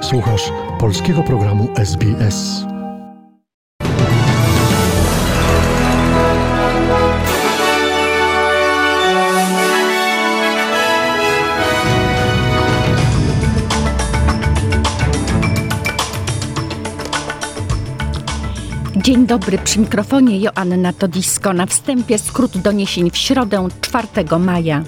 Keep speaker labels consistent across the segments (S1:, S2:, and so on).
S1: Słuchasz polskiego programu SBS.
S2: Dzień dobry, przy mikrofonie Joanna Todisko. Na wstępie skrót doniesień w środę 4 maja.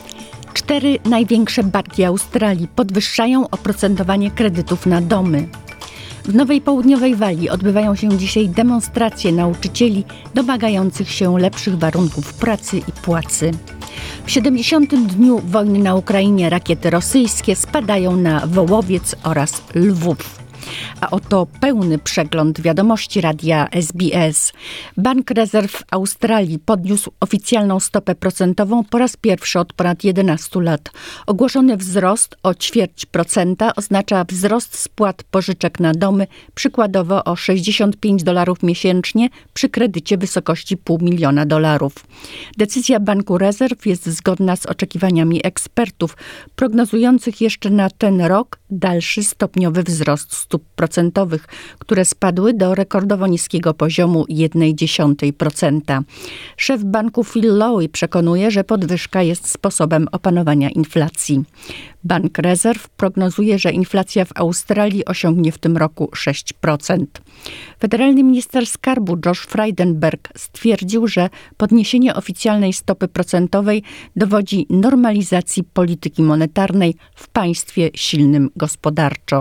S2: 4 największe banki Australii podwyższają oprocentowanie kredytów na domy. W Nowej Południowej Walii odbywają się dzisiaj demonstracje nauczycieli domagających się lepszych warunków pracy i płacy. W 70. dniu wojny na Ukrainie rakiety rosyjskie spadają na Wołowiec oraz Lwów. A oto pełny przegląd wiadomości radia SBS. Bank Rezerw Australii podniósł oficjalną stopę procentową po raz pierwszy od ponad 11 lat. Ogłoszony wzrost o 0,25% oznacza wzrost spłat pożyczek na domy, przykładowo o $65 miesięcznie przy kredycie wysokości $500 000. Decyzja Banku Rezerw jest zgodna z oczekiwaniami ekspertów, prognozujących jeszcze na ten rok dalszy stopniowy wzrost stóp procentowych, które spadły do rekordowo niskiego poziomu 0,1%. Szef banku Phil Lowe przekonuje, że podwyżka jest sposobem opanowania inflacji. Bank Rezerw prognozuje, że inflacja w Australii osiągnie w tym roku 6%. Federalny minister skarbu Josh Frydenberg stwierdził, że podniesienie oficjalnej stopy procentowej dowodzi normalizacji polityki monetarnej w państwie silnym gospodarczo.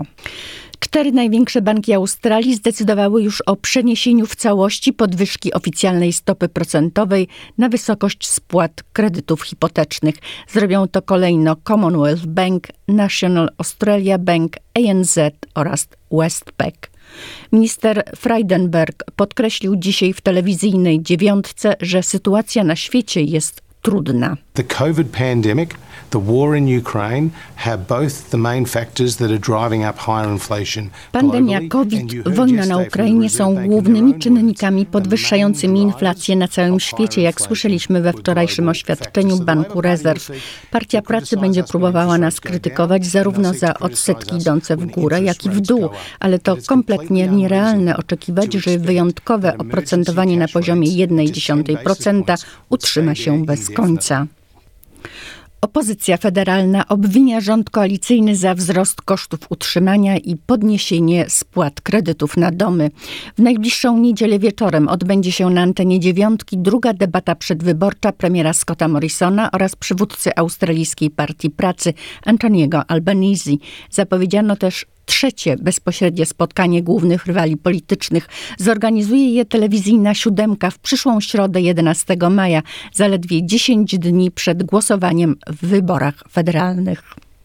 S2: 4 największe banki Australii zdecydowały już o przeniesieniu w całości podwyżki oficjalnej stopy procentowej na wysokość spłat kredytów hipotecznych. Zrobią to kolejno Commonwealth Bank, National Australia Bank, ANZ oraz Westpac. Minister Frydenberg podkreślił dzisiaj w telewizyjnej dziewiątce, że sytuacja na świecie jest trudna.
S3: The COVID pandemic, the war in Ukraine have both the main factors that are driving up higher inflation.
S2: Pandemia COVID, wojna na Ukrainie są głównymi czynnikami podwyższającymi inflację na całym świecie, jak słyszeliśmy we wczorajszym oświadczeniu Banku Rezerw. Partia Pracy będzie próbowała nas krytykować zarówno za odsetki idące w górę, jak i w dół, ale to kompletnie nierealne oczekiwać, że wyjątkowe oprocentowanie na poziomie 0,1% utrzyma się bez końca. Opozycja federalna obwinia rząd koalicyjny za wzrost kosztów utrzymania i podniesienie spłat kredytów na domy. W najbliższą niedzielę wieczorem odbędzie się na antenie dziewiątki druga debata przedwyborcza premiera Scotta Morrisona oraz przywódcy australijskiej Partii Pracy Antoniego Albanese. Zapowiedziano też trzecie bezpośrednie spotkanie głównych rywali politycznych. Zorganizuje je telewizyjna Siódemka w przyszłą środę 11 maja, zaledwie 10 dni przed głosowaniem w wyborach federalnych.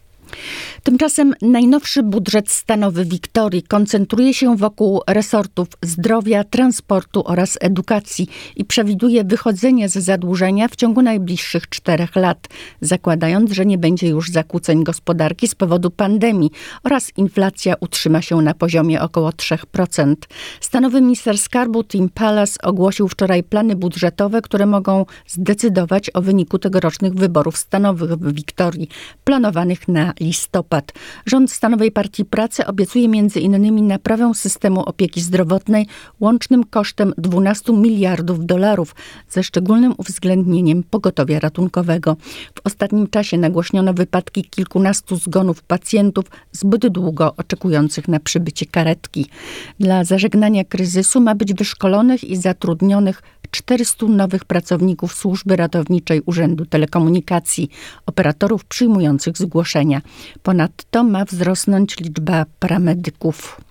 S2: Tymczasem najnowszy budżet stanowy Wiktorii koncentruje się wokół resortów zdrowia, transportu oraz edukacji i przewiduje wychodzenie z zadłużenia w ciągu najbliższych 4 lat, zakładając, że nie będzie już zakłóceń gospodarki z powodu pandemii oraz inflacja utrzyma się na poziomie około 3%. Stanowy minister skarbu Tim Pallas ogłosił wczoraj plany budżetowe, które mogą zdecydować o wyniku tegorocznych wyborów stanowych w Wiktorii, planowanych na listopad. Rząd Stanowej Partii Pracy obiecuje m.in. naprawę systemu opieki zdrowotnej łącznym kosztem $12 miliardów ze szczególnym uwzględnieniem pogotowia ratunkowego. W ostatnim czasie nagłośniono wypadki kilkunastu zgonów pacjentów zbyt długo oczekujących na przybycie karetki. Dla zażegnania kryzysu ma być wyszkolonych i zatrudnionych 400 nowych pracowników służby ratowniczej Urzędu Telekomunikacji, operatorów przyjmujących zgłoszenia. Ponadto ma wzrosnąć liczba paramedyków.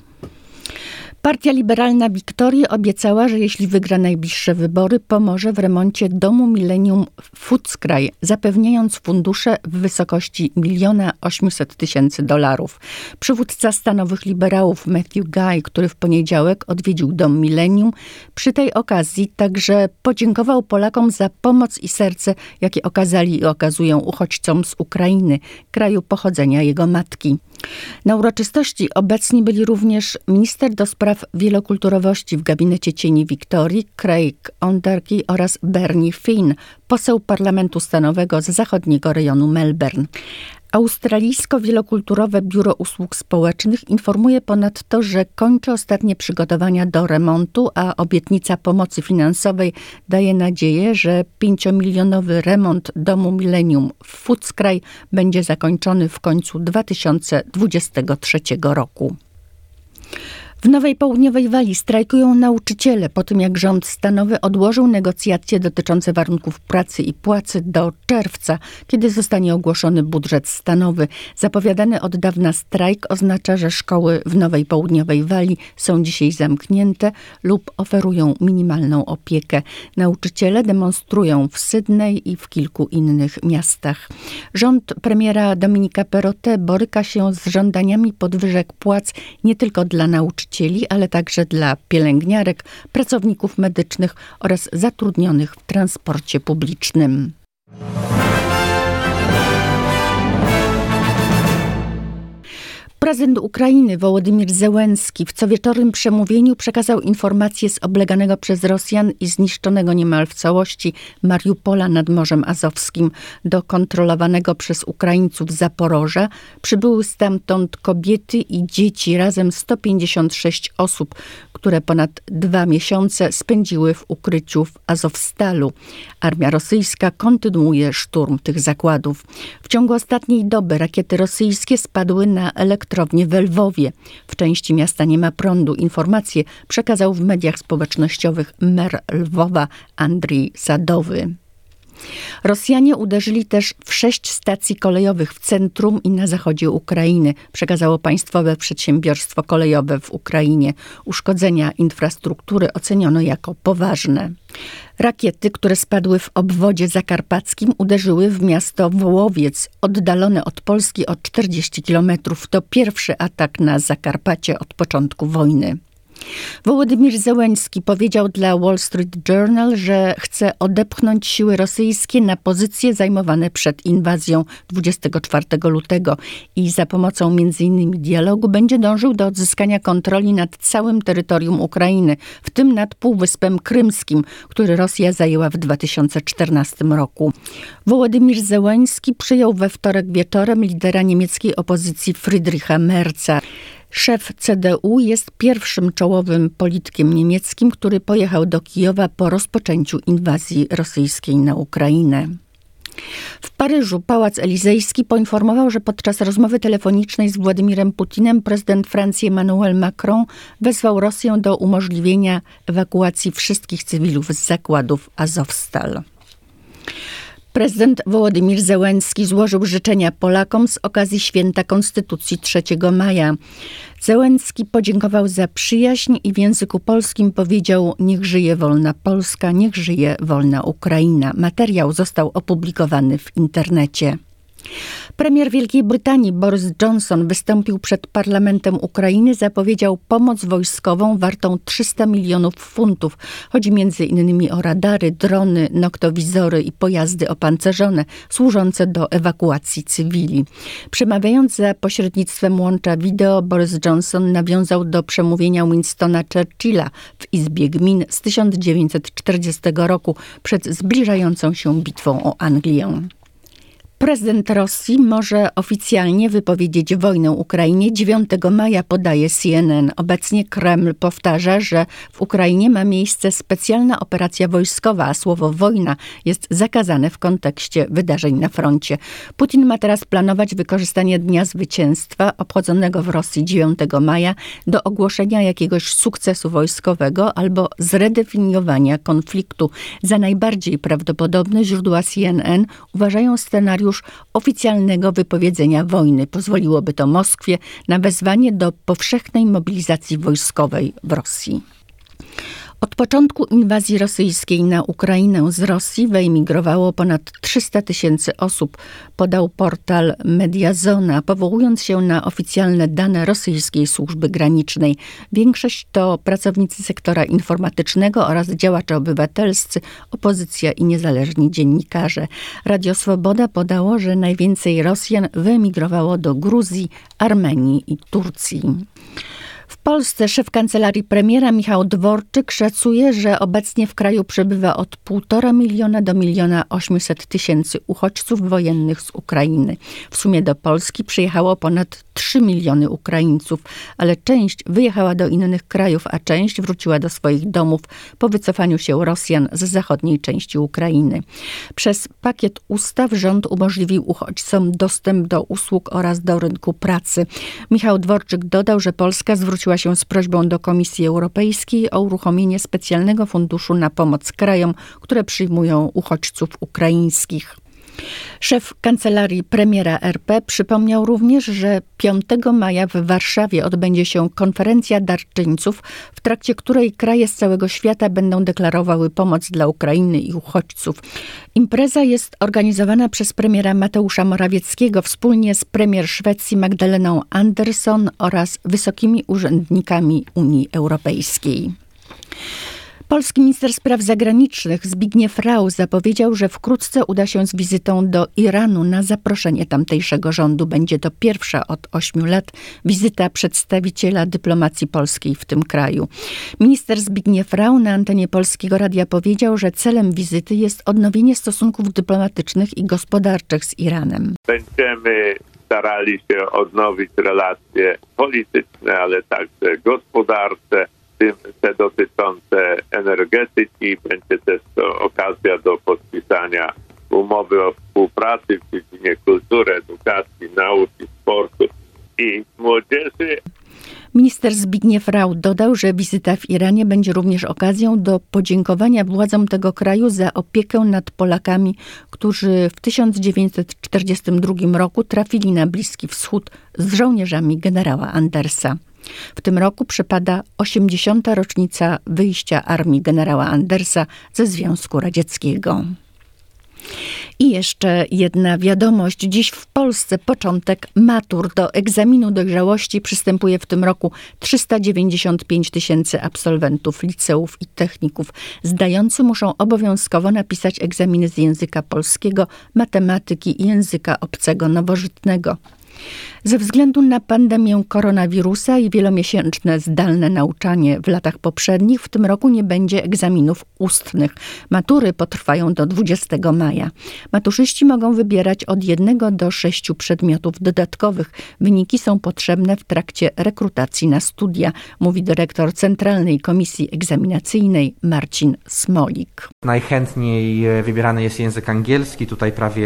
S2: Partia Liberalna Wiktorii obiecała, że jeśli wygra najbliższe wybory, pomoże w remoncie domu Millennium w Footscray, zapewniając fundusze w wysokości $1,800,000. Przywódca stanowych liberałów Matthew Guy, który w poniedziałek odwiedził dom Millennium, przy tej okazji także podziękował Polakom za pomoc i serce, jakie okazali i okazują uchodźcom z Ukrainy, kraju pochodzenia jego matki. Na uroczystości obecni byli również minister do spraw spraw wielokulturowości w gabinecie cieni Wiktorii, Craig Ondarki oraz Bernie Finn, poseł Parlamentu Stanowego z zachodniego rejonu Melbourne. Australijsko-wielokulturowe Biuro Usług Społecznych informuje ponadto, że kończy ostatnie przygotowania do remontu, a obietnica pomocy finansowej daje nadzieję, że 5-milionowy remont domu Millennium w Footscray będzie zakończony w końcu 2023 roku. W Nowej Południowej Walii strajkują nauczyciele po tym, jak rząd stanowy odłożył negocjacje dotyczące warunków pracy i płacy do czerwca, kiedy zostanie ogłoszony budżet stanowy. Zapowiadany od dawna strajk oznacza, że szkoły w Nowej Południowej Walii są dzisiaj zamknięte lub oferują minimalną opiekę. Nauczyciele demonstrują w Sydney i w kilku innych miastach. Rząd premiera Dominika Perrottet boryka się z żądaniami podwyżek płac nie tylko dla nauczycieli, ale także dla pielęgniarek, pracowników medycznych oraz zatrudnionych w transporcie publicznym. Prezydent Ukrainy Wołodymyr Zełenski w cowieczornym przemówieniu przekazał informacje z obleganego przez Rosjan i zniszczonego niemal w całości Mariupola nad Morzem Azowskim. Do kontrolowanego przez Ukraińców Zaporoża przybyły stamtąd kobiety i dzieci, razem 156 osób, które ponad 2 miesiące spędziły w ukryciu w Azowstalu. Armia rosyjska kontynuuje szturm tych zakładów. W ciągu ostatniej doby rakiety rosyjskie spadły na elektrownię w Lwowie. W części miasta nie ma prądu. Informacje przekazał w mediach społecznościowych mer Lwowa Andrii Sadowy. Rosjanie uderzyli też w 6 stacji kolejowych w centrum i na zachodzie Ukrainy, przekazało państwowe przedsiębiorstwo kolejowe w Ukrainie. Uszkodzenia infrastruktury oceniono jako poważne. Rakiety, które spadły w obwodzie zakarpackim, uderzyły w miasto Wołowiec, oddalone od Polski o 40 kilometrów. To pierwszy atak na Zakarpacie od początku wojny. Wołodymyr Zełenski powiedział dla Wall Street Journal, że chce odepchnąć siły rosyjskie na pozycje zajmowane przed inwazją 24 lutego i za pomocą m.in. dialogu będzie dążył do odzyskania kontroli nad całym terytorium Ukrainy, w tym nad Półwyspem Krymskim, który Rosja zajęła w 2014 roku. Wołodymyr Zełenski przyjął we wtorek wieczorem lidera niemieckiej opozycji Friedricha Merza. Szef CDU jest pierwszym czołowym politykiem niemieckim, który pojechał do Kijowa po rozpoczęciu inwazji rosyjskiej na Ukrainę. W Paryżu Pałac Elizejski poinformował, że podczas rozmowy telefonicznej z Władimirem Putinem prezydent Francji Emmanuel Macron wezwał Rosję do umożliwienia ewakuacji wszystkich cywilów z zakładów Azowstal. Prezydent Wołodymyr Zełenski złożył życzenia Polakom z okazji Święta Konstytucji 3 maja. Zełenski podziękował za przyjaźń i w języku polskim powiedział: niech żyje wolna Polska, niech żyje wolna Ukraina. Materiał został opublikowany w internecie. Premier Wielkiej Brytanii Boris Johnson wystąpił przed parlamentem Ukrainy, zapowiedział pomoc wojskową wartą 300 milionów funtów. Chodzi m.in. o radary, drony, noktowizory i pojazdy opancerzone służące do ewakuacji cywili. Przemawiając za pośrednictwem łącza wideo, Boris Johnson nawiązał do przemówienia Winstona Churchilla w Izbie Gmin z 1940 roku przed zbliżającą się bitwą o Anglię. Prezydent Rosji może oficjalnie wypowiedzieć wojnę Ukrainie 9 maja, podaje CNN. Obecnie Kreml powtarza, że w Ukrainie ma miejsce specjalna operacja wojskowa, a słowo wojna jest zakazane w kontekście wydarzeń na froncie. Putin ma teraz planować wykorzystanie Dnia Zwycięstwa, obchodzonego w Rosji 9 maja, do ogłoszenia jakiegoś sukcesu wojskowego albo zredefiniowania konfliktu. Za najbardziej prawdopodobny źródła CNN uważają scenariusz oficjalnego wypowiedzenia wojny. Pozwoliłoby to Moskwie na wezwanie do powszechnej mobilizacji wojskowej w Rosji. Od początku inwazji rosyjskiej na Ukrainę z Rosji wyemigrowało ponad 300 tysięcy osób, podał portal Mediazona, powołując się na oficjalne dane rosyjskiej służby granicznej. Większość to pracownicy sektora informatycznego oraz działacze obywatelscy, opozycja i niezależni dziennikarze. Radio Swoboda podało, że najwięcej Rosjan wyemigrowało do Gruzji, Armenii i Turcji. W Polsce szef kancelarii premiera Michał Dworczyk szacuje, że obecnie w kraju przebywa od 1,5 miliona do 1,8 miliona uchodźców wojennych z Ukrainy. W sumie do Polski przyjechało ponad 3 miliony Ukraińców, ale część wyjechała do innych krajów, a część wróciła do swoich domów po wycofaniu się Rosjan z zachodniej części Ukrainy. Przez pakiet ustaw rząd umożliwił uchodźcom dostęp do usług oraz do rynku pracy. Michał Dworczyk dodał, że Polska zwróciła się z prośbą do Komisji Europejskiej o uruchomienie specjalnego funduszu na pomoc krajom, które przyjmują uchodźców ukraińskich. Szef kancelarii premiera RP przypomniał również, że 5 maja w Warszawie odbędzie się konferencja darczyńców, w trakcie której kraje z całego świata będą deklarowały pomoc dla Ukrainy i uchodźców. Impreza jest organizowana przez premiera Mateusza Morawieckiego wspólnie z premier Szwecji Magdaleną Andersson oraz wysokimi urzędnikami Unii Europejskiej. Polski minister spraw zagranicznych Zbigniew Rau zapowiedział, że wkrótce uda się z wizytą do Iranu na zaproszenie tamtejszego rządu. Będzie to pierwsza od 8 lat wizyta przedstawiciela dyplomacji polskiej w tym kraju. Minister Zbigniew Rau na antenie Polskiego Radia powiedział, że celem wizyty jest odnowienie stosunków dyplomatycznych i gospodarczych z Iranem.
S4: Będziemy starali się odnowić relacje polityczne, ale także gospodarcze, te dotyczące energetyki. Będzie też to okazja do podpisania umowy o współpracy w dziedzinie kultury, edukacji, nauki, sportu i młodzieży.
S2: Minister Zbigniew Rau dodał, że wizyta w Iranie będzie również okazją do podziękowania władzom tego kraju za opiekę nad Polakami, którzy w 1942 roku trafili na Bliski Wschód z żołnierzami generała Andersa. W tym roku przypada 80. rocznica wyjścia armii generała Andersa ze Związku Radzieckiego. I jeszcze jedna wiadomość. Dziś w Polsce początek matur. Do egzaminu dojrzałości przystępuje w tym roku 395 000 absolwentów liceów i techników. Zdający muszą obowiązkowo napisać egzaminy z języka polskiego, matematyki i języka obcego nowożytnego. Ze względu na pandemię koronawirusa i wielomiesięczne zdalne nauczanie w latach poprzednich, w tym roku nie będzie egzaminów ustnych. Matury potrwają do 20 maja. Maturzyści mogą wybierać od 1 do 6 przedmiotów dodatkowych. Wyniki są potrzebne w trakcie rekrutacji na studia, mówi dyrektor Centralnej Komisji Egzaminacyjnej Marcin Smolik.
S5: Najchętniej wybierany jest język angielski. Tutaj prawie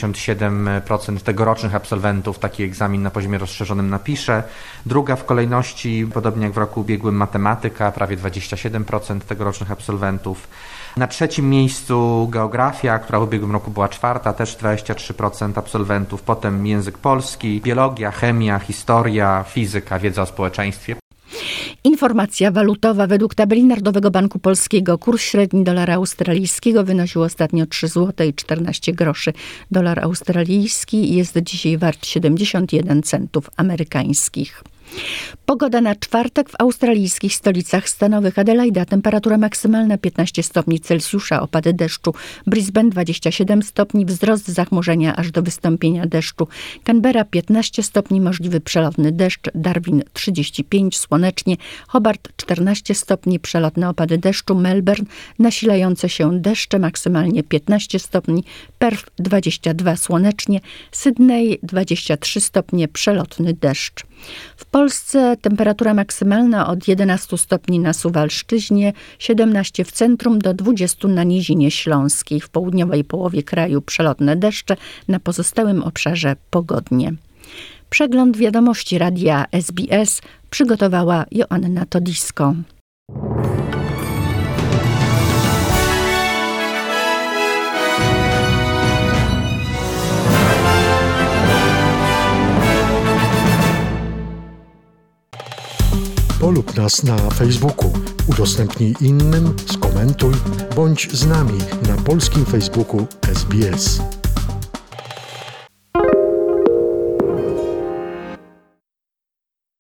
S5: 67% tegorocznych absolwentów taki egzamin na poziomie rozszerzonym napisze. Druga w kolejności, podobnie jak w roku ubiegłym, matematyka, prawie 27% tegorocznych absolwentów. Na trzecim miejscu geografia, która w ubiegłym roku była 4., też 23% absolwentów. Potem język polski, biologia, chemia, historia, fizyka, wiedza o społeczeństwie.
S2: Informacja walutowa. Według tabeli Narodowego Banku Polskiego kurs średni dolara australijskiego wynosił ostatnio 3 zł i 14 groszy. Dolar australijski jest dzisiaj wart 71 centów amerykańskich. Pogoda na czwartek w australijskich stolicach stanowych: Adelaida temperatura maksymalna 15 stopni Celsjusza, opady deszczu; Brisbane 27 stopni, wzrost zachmurzenia aż do wystąpienia deszczu; Canberra 15 stopni, możliwy przelotny deszcz; Darwin 35, słonecznie; Hobart 14 stopni, przelotne opady deszczu; Melbourne nasilające się deszcze, maksymalnie 15 stopni; Perth 22, słonecznie; Sydney 23 stopnie, przelotny deszcz. W Polsce temperatura maksymalna od 11 stopni na Suwalszczyźnie, 17 w centrum do 20 na Nizinie Śląskiej. W południowej połowie kraju przelotne deszcze, na pozostałym obszarze pogodnie. Przegląd wiadomości radia SBS przygotowała Joanna Todisko.
S1: Polub nas na Facebooku, udostępnij innym, skomentuj, bądź z nami na polskim Facebooku SBS.